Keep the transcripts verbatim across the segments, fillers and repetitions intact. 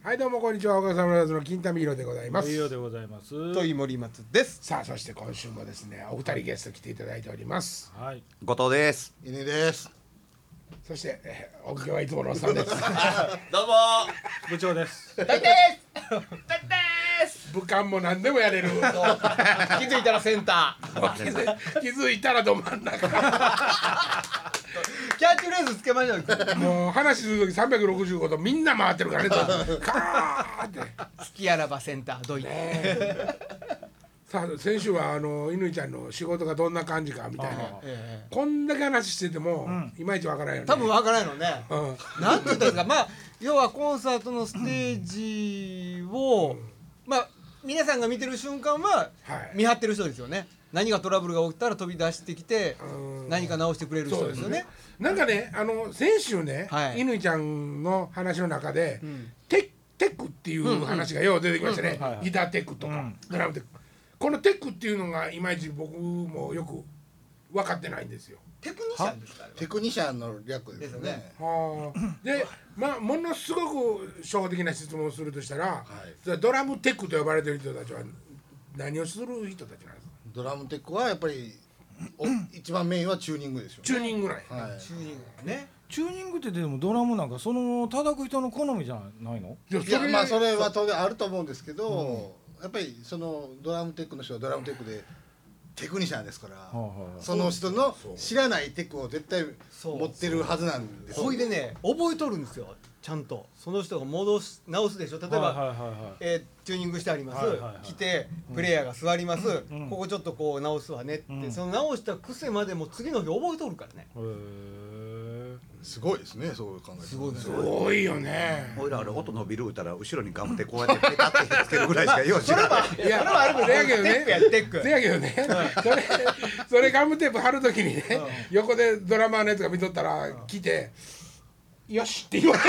はいどうもこんにちは、岡田村の金田美宏でございます。 美宏でございます。 とい森松です。 さあそして今週もですねお二人ゲスト来ていただいております。 はい。 後藤です。 稲です。 そして、えー、音響はいつものおっさんです。 どうも部長です。 大です大です。 武漢も何でもやれる。気づいたらセンター。 気づ気づいたらど真ん中。 キャッチフレーズつけましょう。 もう話する時さんびゃくろくじゅうごどみんな回ってるからね。カーって。 好きあらばセンターどいて。 さあ先週はあの乾ちゃんの仕事がどんな感じかみたいな、ええ、こんだけ話してても、うん、いまいちわからないよね。 多分わからないのね、うん、なんて言ったんですか。まあ要はコンサートのステージを、うん、まあ皆さんが見てる瞬間は、はい、見張ってる人ですよね。何がトラブルが起きたら飛び出してきて何か直してくれる人ですよね。 なんかね、あの先週ね、はい、乾ちゃんの話の中で、うん、テ, テックっていう話がよう出てきましたね。ギターテックとか、うん、ドラムテック。このテックっていうのがいまいち僕もよく分かってないんですよ。 テクニシャンですか。 テクニシャンの略ですね。 はあ。で、まあものすごく初歩的な質問をするとしたら、はい、ドラムテックと呼ばれている人たちは何をする人たちなんですか。 ドラムテックはやっぱり一番メインはチューニングですよね。 チューニングなんや、 はい、チューニングね。 チューニングってでもドラムなんかその叩く人の好みじゃないの？ いや、いやまあそれは当然あると思うんですけど、うん、やっぱりそのドラムテックの人はドラムテックでテクニシャンですから、うん、その人の知らないテクを絶対持ってるはずなんです。 ほいでね、覚えとるんですよ。ちゃんとその人が戻し直すでしょ。例えば、はいはいはいはい、えー、チューニングしてあります、はいはいはい、来てプレイヤーが座ります、うん、ここちょっとこう直すわねって、うん、その直した癖までも次の日覚えとるからね。へー、すごいですね。そう考えてすごいすごいよね。 おいらあれ音伸びる歌ら後ろにガムテこうやってペタってつけるぐらいしかよう知らない。 いやそれはあるけどね。テックやテック。せやけどね。それそれガムテープ貼るときにね、横でドラマーのやつが見とったら来て。よしって言われた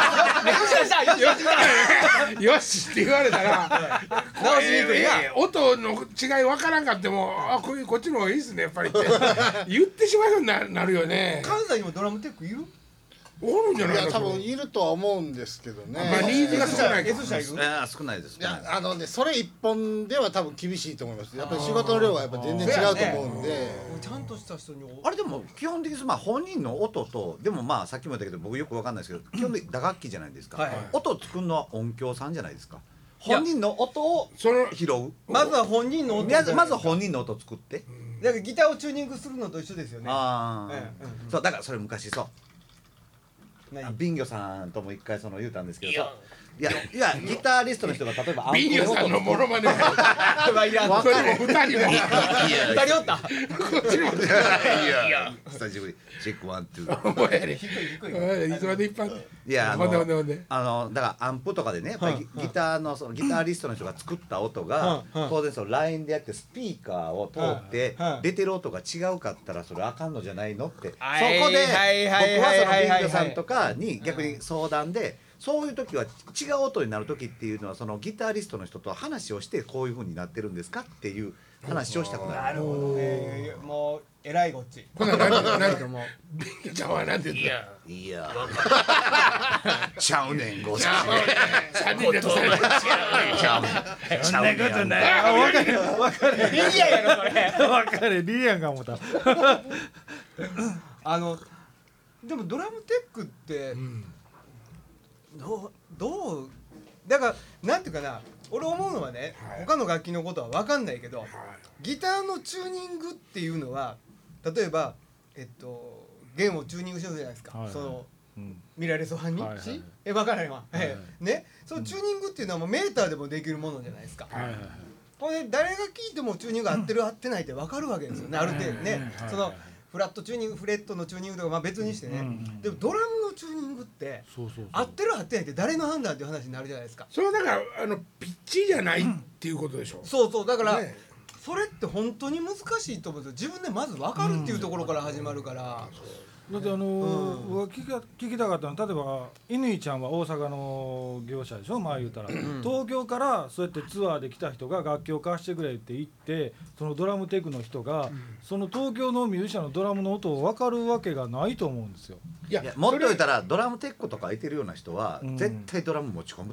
らよしって言われたら直しにくいな。音の違い分からんかってもあこういうこっちの方がいいですねやっぱりって言ってしまうように な, なるよね。 関西にもドラムテックいる？ おるんじゃないか。 いや多分いるとは思うんですけどね。 まあニーズが少ない。 S 社いる？ いや少ないです。 いやあのねそれ一本では多分厳しいと思います。やっぱり仕事の量がやっぱ全然違うと思うんで。 ちゃんとした人にあれでも基本的にまあ本人の音とでもまあさっきも言ったけど僕よくわかんないですけど基本的に打楽器じゃないですか、はい、音を作るのは音響さんじゃないですか。本人の音を拾う。 まずは本人の音。 まずまず本人の音を作って。 だからギターをチューニングするのと一緒ですよね。ああ、 ええうん、そうだからそれ昔そうビンギョさんとも一回その言うたんですけど、いやいやいやギタリストの人が例えばビンギョさんのモノマネはいらん。それも二人も二人おった。こっちもいやいやスタジオでチェックワンツー。 もうやれ低い低い。いつまで一般。 いやあのあのだからアンプとかでねやっぱりギターのそのギタリストの人が作った音が当然そのラインでやってスピーカーを通って出てる音が違うかったらそれあかんのじゃないのってそこで僕はそのビンギョさんとかに逆に相談で。そういう時は違う音になる時っていうのはそのギタリストの人と話をしてこういう風になってるんですかっていう話をしたくなる。 なるほどね。もうえらいごっち。 こんな何何ともビンギョちゃんはなんて言った。 いやちゃうねんごっち。 三人でとされちゃうねん。そんなことない。 わかるわかる。 リリアンやろこれ。 わかるリリアンが思った。 あのでもドラムテックって。うんどうどうだからなんていうかな俺思うのはね、はい、他の楽器のことは分かんないけど、はい、ギターのチューニングっていうのは例えばえっと弦をチューニングしようじゃないですか、はいはい、その、うん、見られそうはに、はいはい、しえ分からへんわ、はいはい、ねそのチューニングっていうのはもうメーターでもできるものじゃないですか、はいはいはい、これ誰が聴いてもチューニング合ってる合ってないって分かるわけですよね、ある程度ね、はいはいはい、そのフラットチューニングフレットのチューニングとかまあ別にしてね、うんうん、でもドラムのチューニングって合ってる合ってないって誰の判断っていう話になるじゃないですか。 それはだからあのピッチじゃないっていうことでしょ、うん、 そうそうだから、ね、それって本当に難しいと思うんですよ。自分でまず分かるっていうところから始まるから、 だってあのーうん、僕が聞き、聞きたかったのは例えば乾ちゃんは大阪の業者でしょ前言うたら、うん、東京からそうやってツアーで来た人が楽器を貸してくれって言ってそのドラムテクの人が、うん、その東京のミュージシャンのドラムの音を分かるわけがないと思うんですよ。 いやもっと言ったらドラムテックとか空いてるような人は、うん、絶対ドラム持ち込むで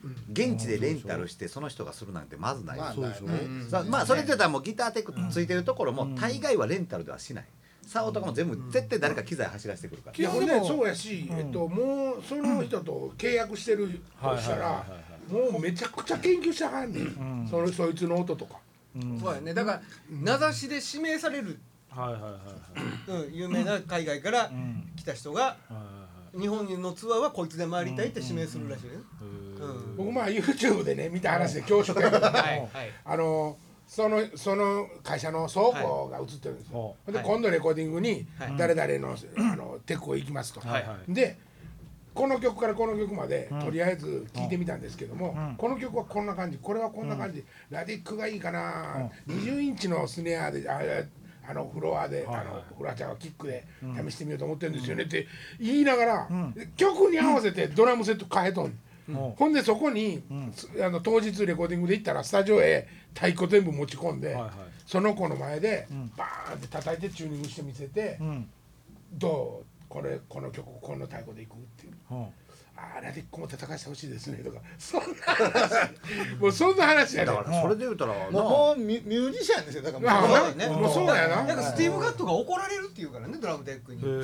現地でレンタルしてその人がするなんてまずない、 まあそうでしょさまあそれって言ったらもうギターテックついてるところも大概はレンタルではしない。サオとかも全部絶対誰か機材走らせてくるから。 いやほんでそうやし、えっともうその人と契約してるとしたら、もうめちゃくちゃ研究してはんねん。そのそいつの音とか。 そうやね。だから名指しで指名される。 はいはいはいはい。 うん、有名な海外から来た人が日本のツアーはこいつで回りたいって指名するらしいね。 僕まあ YouTube でね見た話で恐縮やけど、あのそのその会社の倉庫が映ってるんですよ。で今度レコーディングに誰々のあのテクを行きますと。でこの曲からこの曲までとりあえず聴いてみたんですけども、この曲はこんな感じ、これはこんな感じ、ラディックがいいかな、にじゅうインチのスネアでああのフロアで、あのフラちゃんはキックで試してみようと思ってるんですよねって言いながら、曲に合わせてドラムセット変えとん、ほんでそこに、あの当日レコーディングで行ったらスタジオへ太鼓全部持ち込んで、その子の前でバーンって叩いてチューニングしてみせて、どうこれこの曲この太鼓でいくっていう。あれで一個も叩かしてほしいですねとか、そんな話もうそんな話やね。 だからそれで言うたらもうミュージシャンですよ。だからもうそうね。 もうそうやな。 なんかスティーブ・ガットが怒られるっていうからね、ドラムテックに。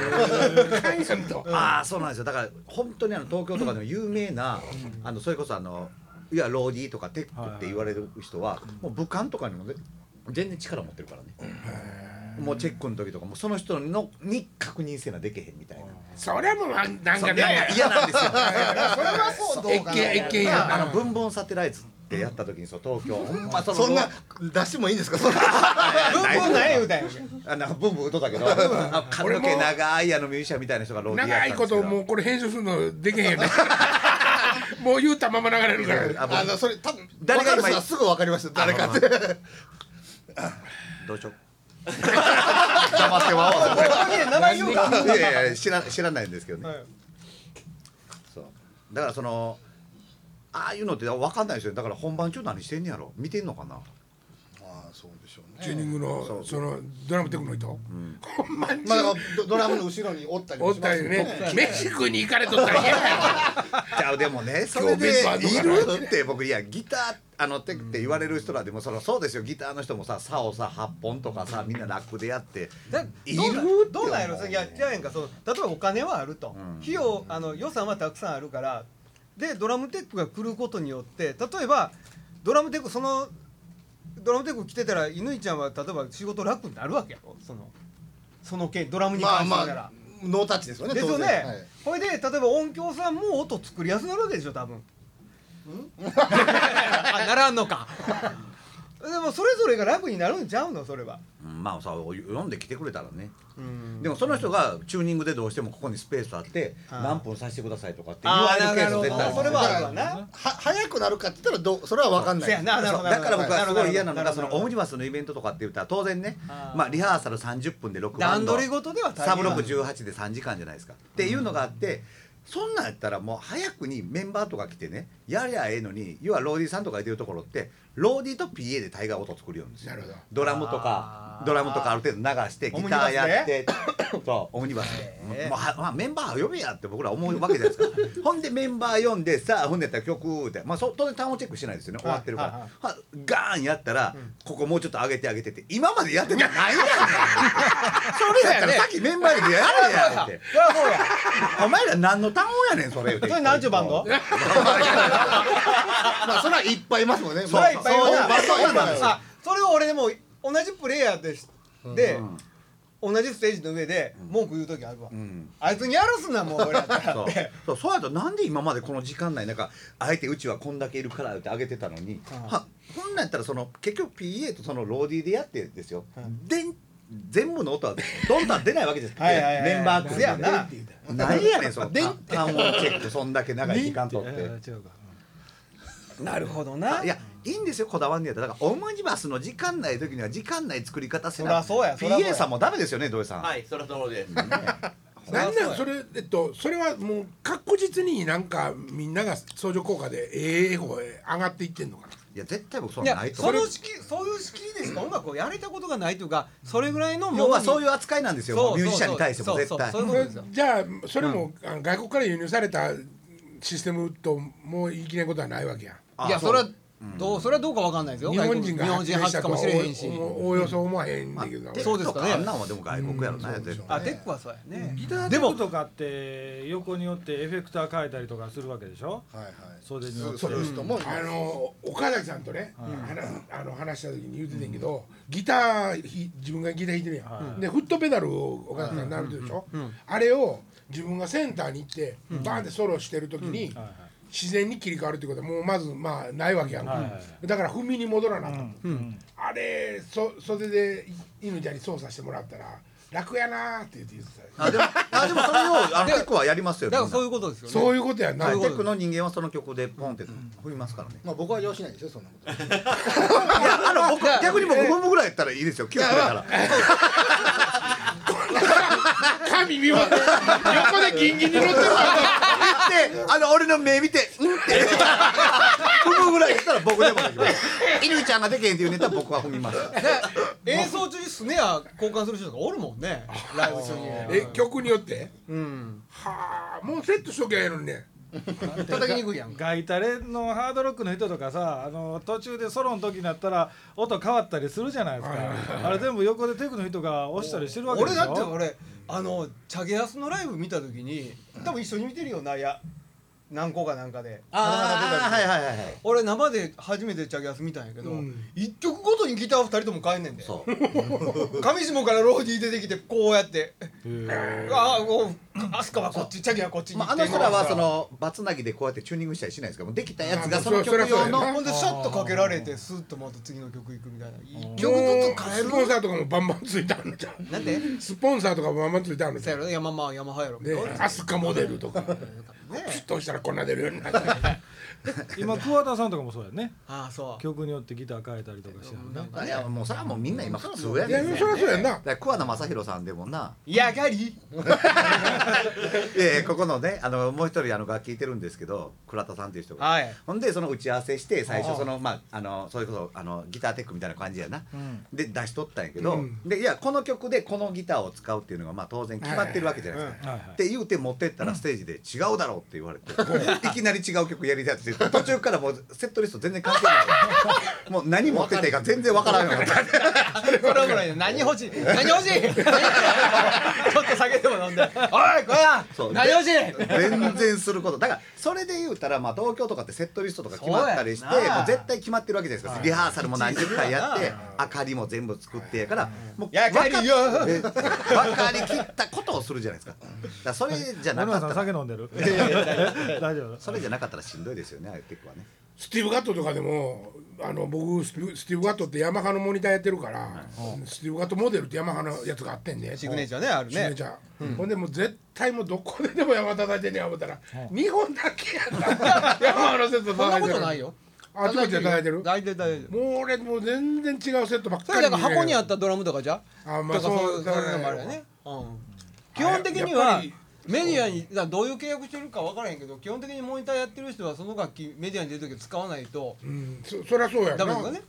ああそうなんですよ。だから本当にあの東京とかでも有名なあのそれこそあのいやローディーとかテックって言われる人はもう武漢とかにも全然力持ってるからね。もうチェックの時とかもその人のに確認せなできへんみたいな。 それはもうなんかね嫌なんですよ。 それはそうどうかな。 越見やな。 あのブンブンサテライズってやった時にそう東京ほんまそんな出してもいいんですか。そんなブンブンない言うたんや。 あのブンブン歌ったけど髪の毛長いあのミュージシャンみたいな人がローディーやったんですけど。 長いこともうこれ編集するのできへんよね。もう言うたまま流れるから。 あのそれ多分誰か今すぐ分かりました。誰かって。 どうしよう。黙ってまわ。 名前言うか。 いやいや知ら知らないんですけどね。そうだからそのああいうのって分かんないですよ。だから本番中何してんねやろ。見てんのかな。 ああそうでしょうね。 チューニングのそのドラムテクの人。ほんまに。 まあドラムの後ろにおったりおったりね。飯食いに行かれとったら嫌や。 じゃあでもねそれでいるって僕いやギターあのテクって言われる人らでもそのそうですよ。ギターの人もさサオさはっぽんとかさみんなラックでやっているどうなんやろ。やっちゃうやんか。その例えばお金はあると、費用あの予算はたくさんあるからでドラムテックが来ることによって例えばドラムテックそのドラムテック来てたら乾ちゃんは例えば仕事楽になるわけやろ。そのその件ドラムに関してならノータッチですよね。 ですよね。これで例えば音響さんも音作りやすくなるわけでしょ多分。あならんのか。でもそれぞれが楽になるんちゃうのそれは。 まあさ読んできてくれたらね。でもその人がチューニングでどうしてもここにスペースあって何分させてくださいとかって言われるケース絶対ある。 それはあるわな。 は早くなるかって言ったらどそれは分かんない。 だから僕はすごい嫌なのがそのオムニバスのイベントとかって言ったら当然ねまあリハーサルさんじゅっぷんでろくバンドサブろくじゅうはちでさんじかんじゃないですかっていうのがあってそんなんやったらもう早くにメンバーとか来てねやりゃええのに要はローディーさんとかいてるところってローディーと ピーエー で大概音作るようんですよ。ドラムとかドラムとかある程度流してギターやってそうオムニバスでもうは、まあ、メンバー呼べやって僕ら思うわけじゃないですか。ほんでメンバー呼んでさあほんでやったら曲でまあそ当然単音チェックしないですよね終わってるから、はガーンやったら、うん、ここもうちょっと上げて上げてって今までやってたらないやんそれやったらさっきメンバーでやれやってお前ら何の単音やねんそれ。 それ何ちゅうバンド？ まあそれはいっぱいいますもんね。 それはいっぱいいます。それを俺でも同じプレイヤーでで、うん、同じステージの上で文句言う時あるわ、うん、あいつにやらすなもう俺やったらってそうそうやとなんで今までこの時間内なんかあえてうちはこんだけいるからってあげてたのに、うん、はこんなんやったらその結局 ピーエー とそのローディーでやってですよ、うん、で全部の音はどんどん出ないわけですメンバー組んで何やねんその単音チェックそんだけ長い時間取ってなるほどな。 いやいいんですよこだわんねやったらだからオムニバスの時間内時には時間内作り方せな ピーエー さんもダメですよね土井さん。 はいそれはそうです、ね、 なんなんそれえっとそれはもう確実になんかみんなが相乗効果でええ方へ上がっていってんのかな。 いや絶対僕そうないと思う。その式そういう式でしか音楽をやれたことがないというかそれぐらいの要はそういう扱いなんですよミュージシャンに対しても絶対。 じゃあそれも、うん、外国から輸入されたシステムともう言い切れんことはないわけやん。 いやそれはどうそれはどうかわかんないですよ。 日本人が日本人初かもしれへんし。 おおよそ思わへんねんけど、 そうですかね。 あんなんはでも外国やろな、絶対。 あ、テックはそうやね。 ギターテックとかって横によってエフェクター変えたりとかするわけでしょ。 はいはい。 袖によって。 そういう人もあの岡崎さんとね、あの話した時に言ってたんやけど、ギターひ自分がギター弾いてるやん。でフットペダルを岡崎さん鳴るでしょ。あれを自分がセンターに行ってバーンってソロしてる時に。自然に切り替わるってことはもうまずまあないわけやん、はいはい、だから踏みに戻らなかった、うんうん、あれそ袖で犬ちゃんに操作してもらったら楽やなーって言って言ってた。 あでもあでもそれをあのテックはやりますよ。 だからそういうことですよね。 そういうことやな。 テックの人間はその曲でポンって踏みますからね。 まあ僕は要しないですよそんなこと。いやあの僕逆に僕踏むぐらいやったらいいですよ。キュッとやったら。 神見守って横でギンギンに乗ってるからあの俺の目見てうんって踏むぐらいやったら僕でもできます。犬ちゃんがでけへんっていうネタは僕は踏みます。 演奏中にスネア交換する人とかおるもんね。ライブ中に。 え曲によって？ うん。 はあもうセットしときゃええのにね。 叩きにくいやん。 ガイタレのハードロックの人とかさ、あの途中でソロの時になったら音変わったりするじゃないですか。あれ全部横でテクの人が押したりしてるわけでしょ。 俺だって俺あのチャゲアスのライブ見た時に多分一緒に見てるよな。いや何個かなんかで。 ああはいはいはいはい。 俺生で初めてチャゲアス見たんやけど、一曲ごとにギター二人とも変えんねんで。そう。上下からローディー出てきてこうやって。ああこうアスカはこっちチャゲはこっちに。 まああの人らはそのバツナギでこうやってチューニングしたりしないですか。もうできたやつがその曲用のほんでシャッとかけられてスーッとまた次の曲行くみたいな。一曲ずつ変える。 スポンサーとかもバンバンついてあるんじゃん。 なんで？ スポンサーとかもバンバンついてあるんじゃん。 そうやろ。ヤママヤマハやろ。 でアスカモデルとか。ね、ピッとしたらこんな出るようになって今桑田さんとかもそうやね。 ああそう。 曲によってギター変えたりとかしてるね。 いやもうそれはもうみんな今普通やねん。 いやそりゃそうやんな。 だ桑名正宏さんでもな。 やがり。 えここのねあのもう一人あの楽器いてるんですけど倉田さんっていう人が。はい。ほんでその打ち合わせして最初そのまああのそれこそあのギターテックみたいな感じやな。うん、で出しとったんやけど、うん、でいやこの曲でこのギターを使うっていうのがまあ当然決まってるわけじゃないですか。って言うて持ってったらステージで違うだろうって言われて。いきなり違う曲やりたいって途中からもうセットリスト全然関係ないもう何持ってていいか全然わからんようになったそれぐらい何欲しい何欲しいちょっと酒でも飲んでおいこや何欲しい全然することだからそれで言うたらまあ東京とかってセットリストとか決まったりしてもう絶対決まってるわけじゃないですかリハーサルも何十回やって明かりも全部作ってやからもう分かりよ分かりきったことをするじゃないですかだからそれじゃなかったら酒飲んでる大丈夫それじゃなかったらしんどいですよねああいうテックはねスティーブ・ガットとかでもあの僕スティーブ・ガットってヤマハのモニターやってるから、うん、スティーブ・ガットモデルってヤマハのやつがあってんねシグネチャーねあるねシグネチャー、うん、ほんでもう絶対もうどこででもヤマハ叩いてんねや思ったら、うん、にほんだけやったヤマハのセット叩いてるそんなことないよあちこちで叩いてる大体大体もう俺もう全然違うセットばっかりそれだから箱にあったドラムとかじゃあまあそうそういうのもあるよね、うん、基本的にはメディアにどういう契約してるか分からへんけど基本的にモニターやってる人はその楽器メディアに出る時は使わないと、 うん、そ, そりゃそうやなダメだね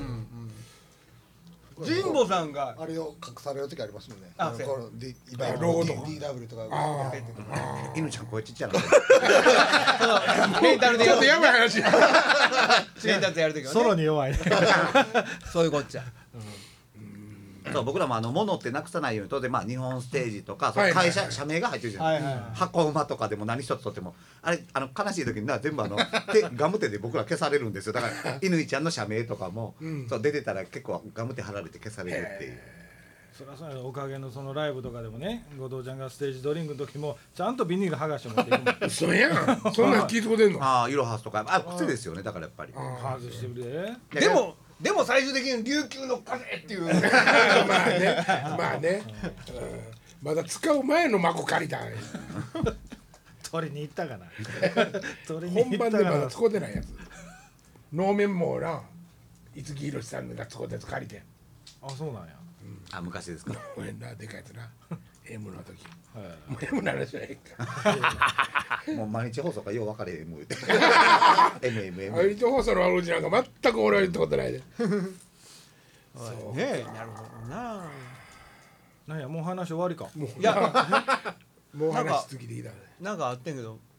神保さんがあれを隠される時ありますもんねああこの D 今の ディーダブリュー とかあ犬ちゃん声ちっちゃいなメンタルでちょっとやばい話メンタルでやる時はねソロに弱いねそういうこっちゃそう僕らもあの物ってなくさないように当然まあ日本ステージとかその会社社名が入ってるじゃないですか箱馬とかでも何一つとってもあれあの悲しい時にな全部あの手ガム手で僕ら消されるんですよだから乾ちゃんの社名とかも、うん、そう出てたら結構ガム手貼られて消されるっていう。 そりゃそうやおかげのそのライブとかでもね後藤ちゃんがステージドリンクの時もちゃんとビニール剥がして持っていくもんそうやんそんなん聞いてこてんのああイロハスとかあ癖ですよねだからやっぱり外してくれでもでも最終的に琉球の風っていうまあねまあね、うん、まだ使う前の孫借りた取りに行ったかな本番でまだ使うてないやつ能面もな五木ひろしさんが使うたやつ借りてあそうなんや、 うん、あ昔ですかごめんなでかいやつなM の時もう M の話じゃないかもう毎日放送かよう分かれへん M って エムエムエム毎日放送の悪口なんか全く俺は言ったことないでそうねなるほどななんやもう話終わりかもういやもう話しすぎていいだなんかあってんけど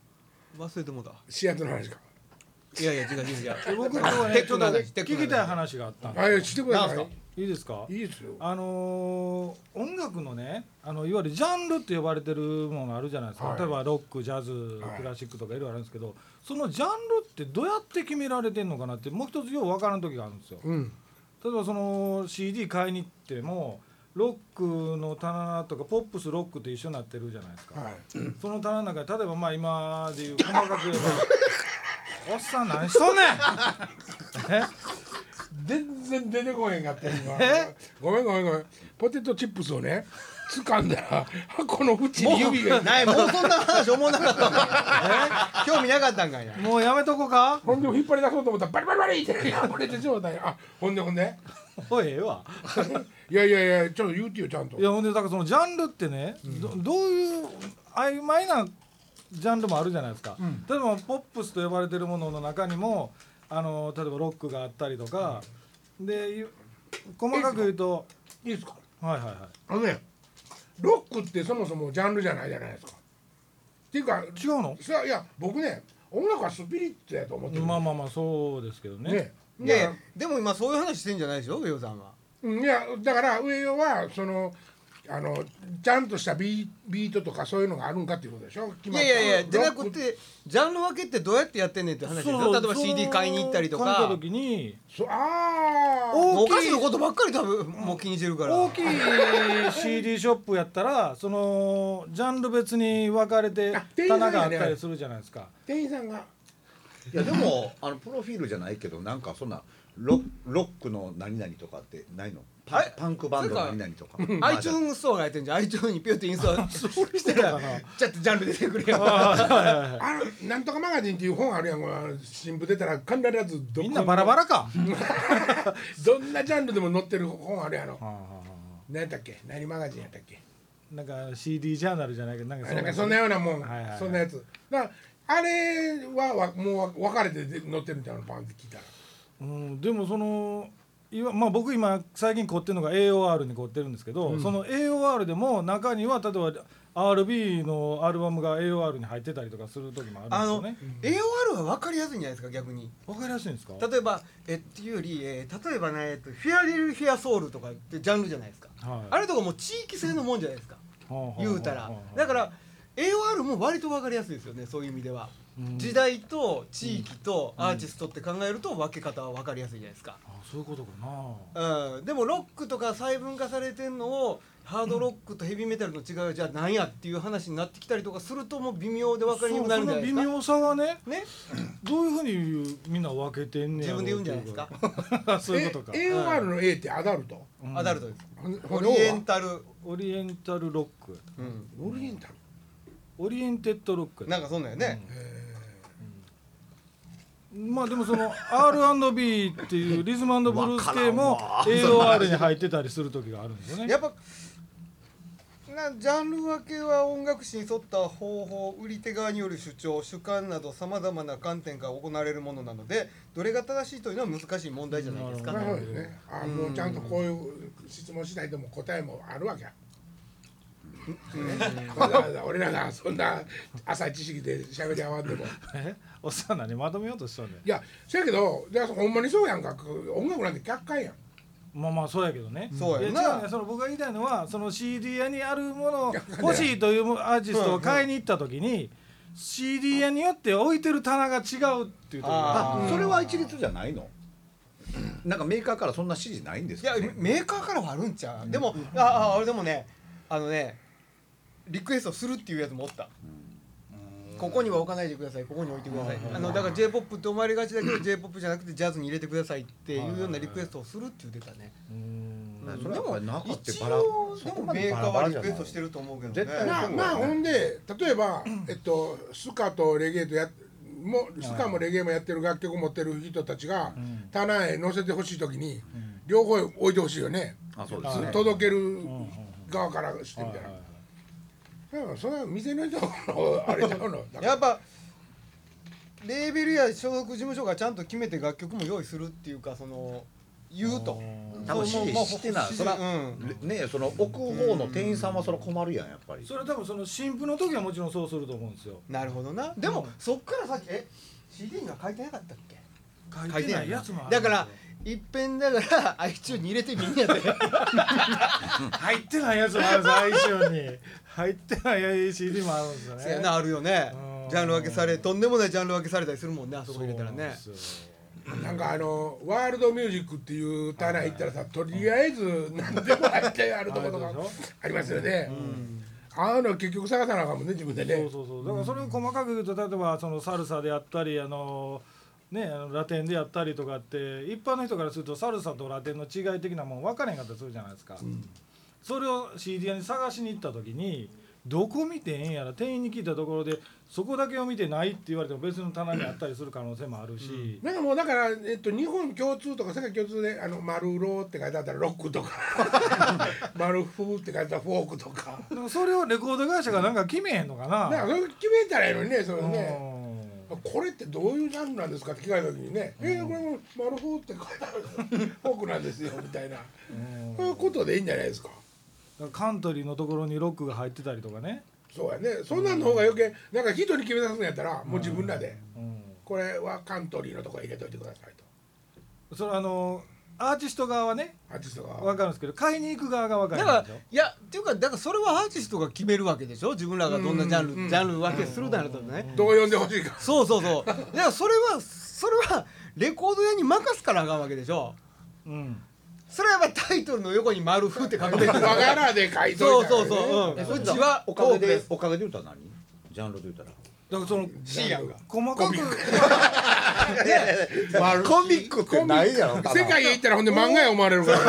忘れてもうた。 シアトルの話か。 いやいや違う違う違う。 僕今日はねちょっと聞きたい話があったんで。 あいしてください。 いいですか。 いいですよ。 あのー、音楽のねあのいわゆるジャンルって呼ばれてるものあるじゃないですか、はい、例えばロックジャズ、はい、クラシックとかいろいろあるんですけど、そのジャンルってどうやって決められてんのかなってもう一つよう分からん時があるんですよ、うん、例えばその シーディー 買いに行ってもロックの棚とかポップスロックと一緒になってるじゃないですか、はい、その棚の中で例えばまあ今でいう細かく言えばおっさん何しとんねんえ全然出てこへんかった今ごめんごめんごめん。ポテトチップスをね掴んだら箱の縁に指がない。もうそんな話思わなかったんだよ興味なかったんかいな。 もうやめとこうか。 ほんで引っ張り出そうと思ったらバリバリバリって破れてしまったんや。あほんでほんでおいええわいやいやいやちょっと言うてよちゃんと。 いやほんでだからそのジャンルってね、うん、ど, どういう曖昧なジャンルもあるじゃないですか、うん、例えばポップスと呼ばれてるものの中にもあの例えばロックがあったりとか、うん、で細かく言うといいですか。 はいはいはい。 あのねロックってそもそもジャンルじゃないじゃないですか。っていうか違うの？ いや僕ね音楽はスピリッツやと思ってる。 まあまあまあそうですけどね。ねいやいやでも今そういう話してんじゃないでしょ上尾さんは。 いやだから上尾はそのあのちゃんとしたビー、ビートとかそういうのがあるんかっていうことでしょ。 いやいやいやじゃなくてジャンル分けってどうやってやってんねんって話ですよ。例えば シーディー 買いに行ったりとか。 買った時にそあお菓子のことばっかり多分もう気にしてるから。 大きい シーディー ショップやったらそのジャンル別に分かれて棚があったりするじゃないですか。 店員さんが。 いやでもあのプロフィールじゃないけどなんかそんなロ, ロックの何々とかってないの？パ, パンクバンドの何々とか。 iTunes ストアがやってんじゃん。iTunes にピュってインストールしたらちょっとジャンル出てくれよ。 あのなんとかマガジンっていう本あるやん。新聞出たら必ずみんなバラバラか。 どんなジャンルでも載ってる本あるやろ。何やったっけ？何マガジンやったっけ？ なんか シーディー ジャーナルじゃないけどなんかそ, なんかそんなようなもん、はいはいはい、そんなやつだからあれはわもう分かれて載ってるんちゃうのパンって聞いたら。 うん、でもそのいわ、まあ、僕今最近凝ってるのが エーオーアール に凝ってるんですけど、うん、その エーオーアール でも中には例えば アールビー のアルバムが エーオーアール に入ってたりとかする時もあるんですよね。 あの、うん、エーオーアール は分かりやすいんじゃないですか逆に。 分かりやすいんですか。 例えばえっていうより、えー、例えばね、えっと、フィアリルフィアソウルとかってジャンルじゃないですか、はい、あれとかもう地域性のもんじゃないですか、うん、言うたら、だから エーオーアール も割と分かりやすいですよねそういう意味では。時代と地域とアーティストって考えると分け方は分かりやすいじゃないですか。 あそういうことかな、うん、でもロックとか細分化されてんのをハードロックとヘビーメタルの違いはじゃあ何やっていう話になってきたりとかするともう微妙で分かりにくくなるんじゃないですか。 その微妙さはね、ねどういうふうにみんな分けてんねやろう自分で言うんじゃないですか。 そういうことか。 エーオーアール の A ってアダルト、 うん、アダルトです。オリエンタルオリエンタルロック、 うん、オリエンタルオリエンテッドロックなんかそんなんよね、 うん、まあでもその アールアンドビー っていうリズム&ブルース系も エーオーアール に入ってたりする時があるんですよね。 やっぱなジャンル分けは音楽史に沿った方法、売り手側による主張、主観などさまざまな観点から行われるものなのでどれが正しいというのは難しい問題じゃないですか。 なるほどね。あもうちゃんとこういう質問しないとも答えもあるわけや。俺らがそんな浅い知識で喋り合わんでもえおっさん何まとめようとしとんねん。 いやそやけどじゃあほんまにそうやんか。音楽なんて客観やん。 まあまあそうやけどね。 そうやな。 違うね。その僕が言いたいのはその シーディー 屋にあるものを欲しいというアーティストを買いに行った時に シーディー 屋によって置いてる棚が違うっていうところがそれは一律じゃないの。なんかメーカーからそんな指示ないんですかね。 いやメーカーからはあるんちゃう、うん、でもあああれでもねあのねリクエストするっていうやつもおった、うん、ここには置かないでくださいここに置いてください、あのだから ジェイポップ って思われがちだけど ジェイポップ じゃなくてジャズに入れてくださいっていうようなリクエストをするって言ってたね。うん、でも一応でもメーカーはリクエストしてると思うけどね。 まあまあほんで例えば、えっと、スカとレゲエとやもスカもレゲエもやってる楽曲持ってる人たちが、うん、棚へ載せてほしい時に、うん、両方置いてほしいよね。あそうですね。届ける側からしてみたら。うん、それは店の人のあれちゃうのやっぱレーベルや所属事務所がちゃんと決めて楽曲も用意するっていうかその言うと。 多分指示してない。そらねその置く方の店員さんはそれ困るやんやっぱり。 それ多分その新婦の時はもちろんそうすると思うんですよ。 なるほどな。でもそっから先え シーディー には書いてなかったっけ？ 書いてないやつもある。 だからいっぺんだから iTunes に入れてみんなで入ってないやつもあるんです iTunes に入ってない シーディー もあるんですよね。 そうやなあるよね。ジャンル分けされとんでもないジャンル分けされたりするもんねあそこ入れたらね。 なんかあのワールドミュージックっていう棚行ったらさとりあえず何でも入ってあるところがありますよね。ああの結局探さなあかんもんね自分でね。 そうそうそう。だからそれを細かく言うと例えばそのサルサであったりあのねラテンでやったりとかって一般の人からするとサルサとラテンの違い的なもん分からへんかったりするじゃないですか。うん、それを シーディー 屋に探しに行った時にどこ見てええんやら店員に聞いたところでそこだけを見てないって言われても別の棚にあったりする可能性もあるし、 うん、なんかもうだから、えっと、日本共通とか世界共通であのマルローって書いてあったらロックとかマルフーって書いてあったらフォークとかそれをレコード会社がなんか決めへんのかな。 なんかそれ決めたらいいのにねそれね。これってどういうジャンルなんですかって聞かれた時にね「えー、これもマルフーって書いてあるフォークなんですよ」みたいなそういうことでいいんじゃないですか。 カントリーのところにロックが入ってたりとかね。 そうやね。そんなんの方が余計なんか人に決めさすんやったらもう自分らで、うん、これはカントリーのところ入れといてくださいと。 それあのアーティスト側はねアーティスト側分かるんですけど買いに行く側が分かるんでしょ。だからいやっていうかだからそれはアーティストが決めるわけでしょ。自分らがどんなジャンル、うん、ジャンル分けするならとね。 どう呼んでほしいか。 そうそうそう。だからそれはそれはレコード屋に任すからあかんわけでしょ。うん。それはやっぱタイトルの横に丸風って書くべき。 和柄で書いといたら、ね。 そうそうそう。うん。うちはおかげでおかげで言うたら何？ジャンルで言うたら。 だからそのシーアンが細かくコミックってないやろ。 世界へ行ったらほんで漫画や思われるから。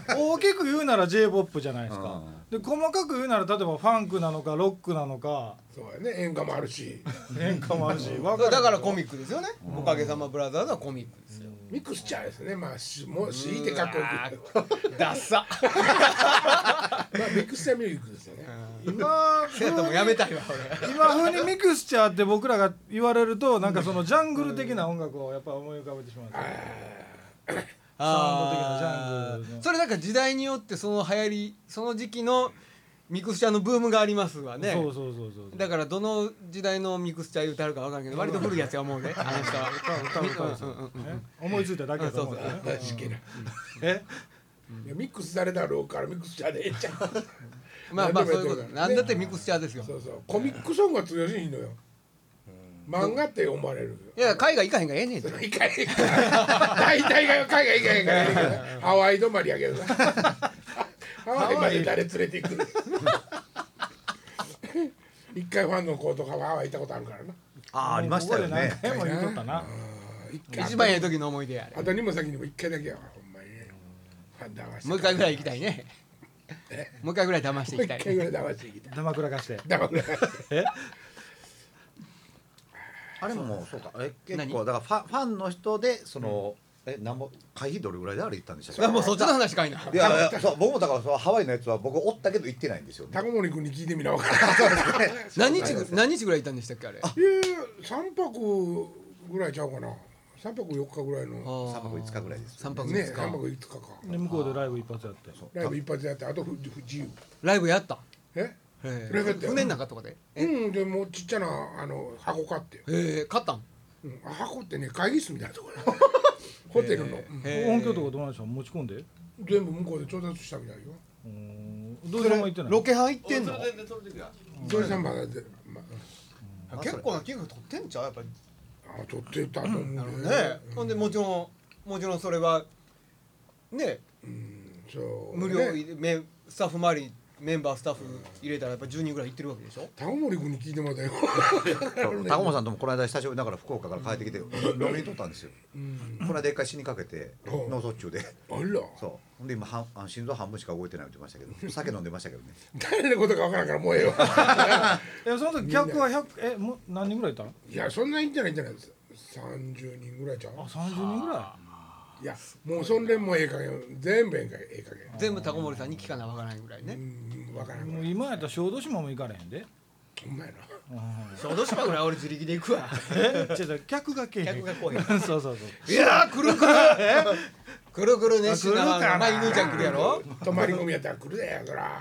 大きく言うなら ジェイポップ じゃないですか。で細かく言うなら例えばファンクなのかロックなのか。 そうやね演歌もあるし。 演歌もあるし。 だからコミックですよね。おかげさまブラザーズはコミックですよ。 ミクスチャーですね。まあしもう強いてかっこよく。 ダッサ。 まあミクスチャーミュージックですよね。 今セットもやめたいわ俺。今風にミクスチャーって僕らが言われるとなんかそのジャングル的な音楽をやっぱ思い浮かべてしまうんですよ。サウンド的なジャングルの。 それなんか時代によってその流行りその時期のミクスチャーのブームがありますわね。 そうそうそうそう。 だからどの時代のミクスチャー言うてあるか分からんけど割と古いやつはもうねあの人は思いついただけだと思う。 え？ミックスされたろうからミクスチャーでええちゃう。 まあまあそういうこと。なんだってミクスチャーですよ。 そうそう。コミックソングが通用しいのよ。漫画って思われる。 いや海外行かへんがええねん。 行かへんから。大体が海外行かへんからええけど。ハワイ止まりやけどな。ハワイまで誰連れて行くの。一回ファンの子とかはハワイ行ったことあるからな。 ああありましたよね。 何回も言うとったな。 一番ええ時の思い出や。 あとにも先にも一回だけやわほんまにね。ファン騙して。 もう一回ぐらい行きたいね。もう一回ぐらい騙していきたい。 一回ぐらい騙していきたい。 騙くらかして。 騙くらかして。え？ あれもそうか。え結構だからファンファンの人でその。え、なんぼ会費どれぐらいであれ行ったんでしたっけ？ もうそっちの話かいな。 いやいや、そう僕もだからそのハワイのやつは僕おったけど行ってないんですよ。 タコモリ君に聞いてみなわかる。何日何日ぐらい行ったんでしたっけあれ？いや三泊ぐらいちゃうかな。三泊四日ぐらいの。 三泊五日ぐらいです。 三泊ね、三泊五日か。 で向こうでライブ一発やって。 ライブ一発やってあと自由。 ライブやった。 え？ ライブやって。船の中とかで？ うんでもちっちゃなあの箱買って。 ええ買ったん？ うん、箱ってね会議室みたいなところ。ホテルの音響とかどうなんでしょう持ち込んで全部向こうで調達したみたいよ。 どうでも行ってないロケハン行ってんの？ ゾイさんまだで結構な金額取ってんちゃうやっぱり。 あ取ってたと思うね。 ほんでもちろんもちろんそれはね無料スタッフ周りメンバースタッフ入れたらやっぱじゅうにんぐらい行ってるわけでしょ。 タコモリ君に聞いてもらったよ。 タコモさんともこの間久しぶりだから福岡から帰ってきて飲みにとったんですよ。この間一回死にかけて脳卒中で。 あら。 そうほんで今半心臓半分しか動いてないって言ってましたけど酒飲んでましたけどね。 誰のことかわからんからもうええわ。 いやその時客はひゃくえもう何人ぐらいいたの？ いやそんなにいんじゃないんじゃないです。三十人ぐらいちゃう。 あ三十人ぐらい。 いやもうそんでもええ加減全部ええ加減全部タコモリさんに聞かなわからないぐらいね。 うんわからん。 もう今やったら小豆島も行かれへんで。 ほんまやな。 小豆島ぐらい俺自力で行くわ。 え違う違う客が来へん客が来へんそうそうそういやー来る来るくるくる熱心なまあ犬ちゃん来るやろ。 泊まり込みやったら来るでやそら。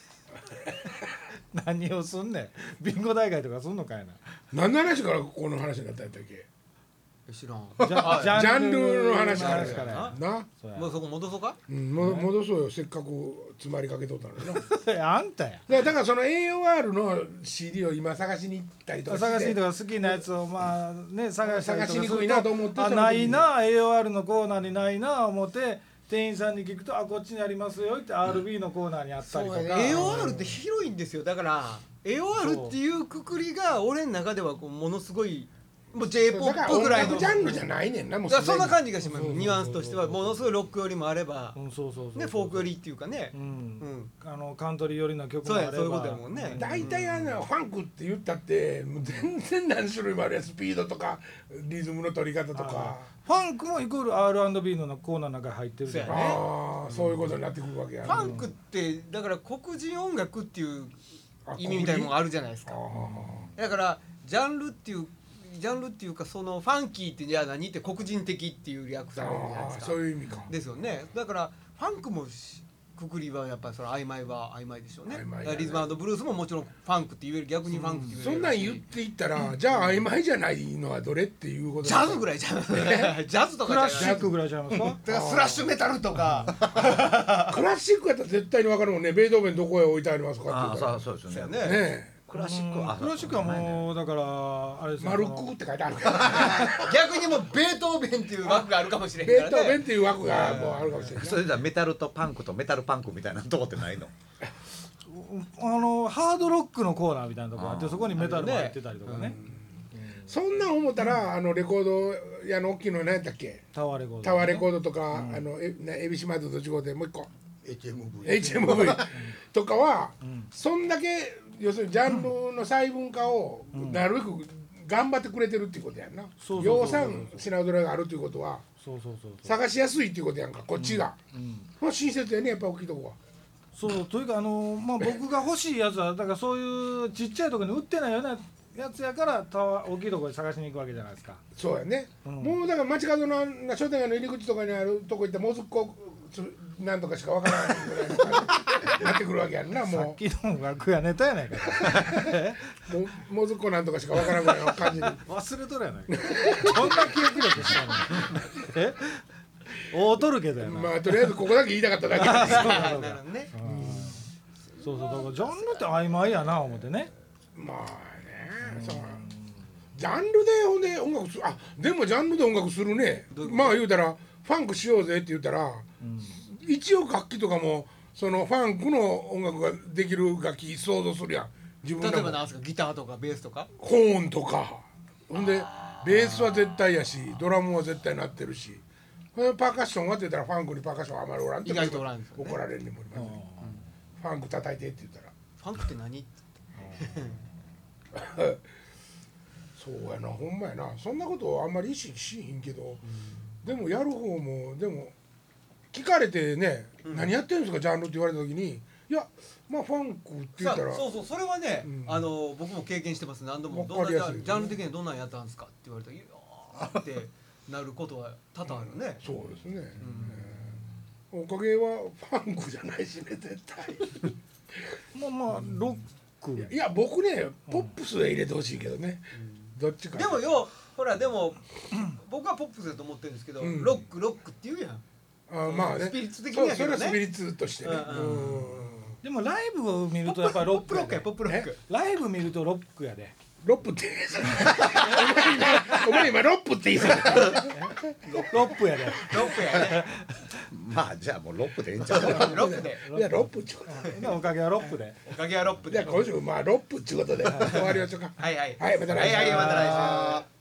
何をすんねんビンゴ大会とかすんのかいな。 何の話からこの話になったんやったっけ。 知らん。 ジャジャンルの話からジャンルの話やな。 そうやもうそこ戻そうか。 うんも戻そうよせっかく詰まりかけとったのにな。 あんたやだだからその エーオーアール の シーディー を今探しに行ったりとかして探しにとか好きなやつをまあね探したりとか探しにくいなと思ってたあないな エーオーアール のコーナーにないな思って店員さんに聞くとあこっちにありますよって アールビー のコーナーにあったりとか、 そうやね エーオーアール って広いんですよ。だから エーオーアール っていうくくりが俺の中ではこうものすごいもう J-ポップ ぐらいのジャンルじゃないねんなもうだからそんな感じがします。 そうそうそうニュアンスとしてはものすごいロックよりもあればうん、そうそうそうねフォークよりっていうかねう、 うんんあのカントリー寄りの曲もそうあればやそういうことやもんね。 大体あのファンクって言ったってもう全然何種類もあるやんスピードとかリズムの取り方とかファンクもイコール アールアンドビー のコーナーの中に入ってるじゃんそうやねああそういうことになってくるわけやファンクってだから黒人音楽っていう意味みたいなのがあるじゃないですか。だからジャンルっていうジャンルっていうかそのファンキーってじゃあ何って黒人的っていう略されるじゃないですか。 そういう意味かですよね。だからファンクもくくりはやっぱりその曖昧は曖昧でしょうね。 曖昧だねだからリズム&ブルースももちろんファンクって言える逆にファンクって言えるそんなん言っていったらじゃあ曖昧じゃないのはどれっていうことジャズぐらいじゃん。ジャズとクかじゃない。 ラシックぐらいちゃいますかだからスラッシュメタルとか。 クラシックやったら絶対に分かるもんねベートーベンどこへ置いてありますかああって言うそうそうですよねね。 ねクラシックはあクラシックはもうだからあれですえマルクって書いてあるから逆にもうベートーベンっていう枠があるかもしれへんベからね。 ートーベンっていう枠がもうあるかもしれないそれじゃメタルとパンクとメタルパンクみたいなとこってないのあのハードロックのコーナーみたいなとこあってあーそこにメタルも入ってたりとかねそんなん思ったらあのレコード屋の大きいの何やったっけタワーレコードタワーレコードとか、あのえなエビシマートと違うてもう一個エイチエムブイエイチエムブイ とかは、そんだけ要するにジャンルの細分化をなるべく頑張ってくれてるっていうことやんなそうそうそう量産品揃えがあるっていうことはそうそうそうそう探しやすいっていうことやんかこっちが、まあ親切やねやっぱ大きいとこはそうというかあのまあ僕が欲しいやつはだからそういうちっちゃいところに売ってないようなやつやからタワー大きいところで探しに行くわけじゃないですか。 そうやね、 うんもうだから街角の商店街の入り口とかにあるとこ行ってもうずっこつなんとかしかわからないぐらいの感じになってくるわけやんなさもっきの楽屋ネタやないかうもうもうずっこなんとかしかわからんぐらいの感じに忘れとるやないかこんな記憶力したのえ大うとるけどやな、 まあとりあえずここだけ言いたかっただけですそうなそうるほどね。 そうそうだからジャンルって曖昧やな思ってねまあねそうジャンルでほんで音楽するあでもジャンルで音楽するねどういうことまあ言うたらファンクしようぜって言ったら、一応楽器とかもそのファンクの音楽ができる楽器想像するやん自分でも例えばなんですかギターとかベースとか。 ホーンとかほんでベースは絶対やしドラムは絶対なってるしほんでパーカッションはって言ったらファンクにパーカッションあんまりおらんって意外とおらんですよね怒られるにもおりますファンク叩いてって言ったらファンクって何？ そうやなほんまやなそんなことあんまり意識しひんけど、でもやる方もでも聞かれてね、何やってるんですかジャンルって言われた時にいやまあファンクって言ったらそうそうそれはね、 うんあの僕も経験してます何度も。どんなわかりやすいジャンジャンル的にどんなんやったんですかって言われたら「いやー」ってなることは多々あるね。 そうですね、おかげはファンクじゃないしね絶対まあまあロックいや僕ねポップスへ入れてほしいけどね、どっちかでもよほらでも僕はポップスだと思ってるんですけど、 うんロックロックって言うやん。 あまあねスピリッツ的そうにやけどねそれはスピリッツとしてね、 うんうんでもライブを見るとやっぱりポロックやでップロックやポップロック。 ライブ見るとロックやでロップってお前今ロップって言いそうだロップやでロックやね。 まあじゃあもうロックでええんちゃうロックで。 いやロップっちゅうことでおかげはロップでおかげはロップで。 じゃあ今週まあロップっちゅうことで終わりましょうかはいはい。 はいまた来週はいはいまた来週。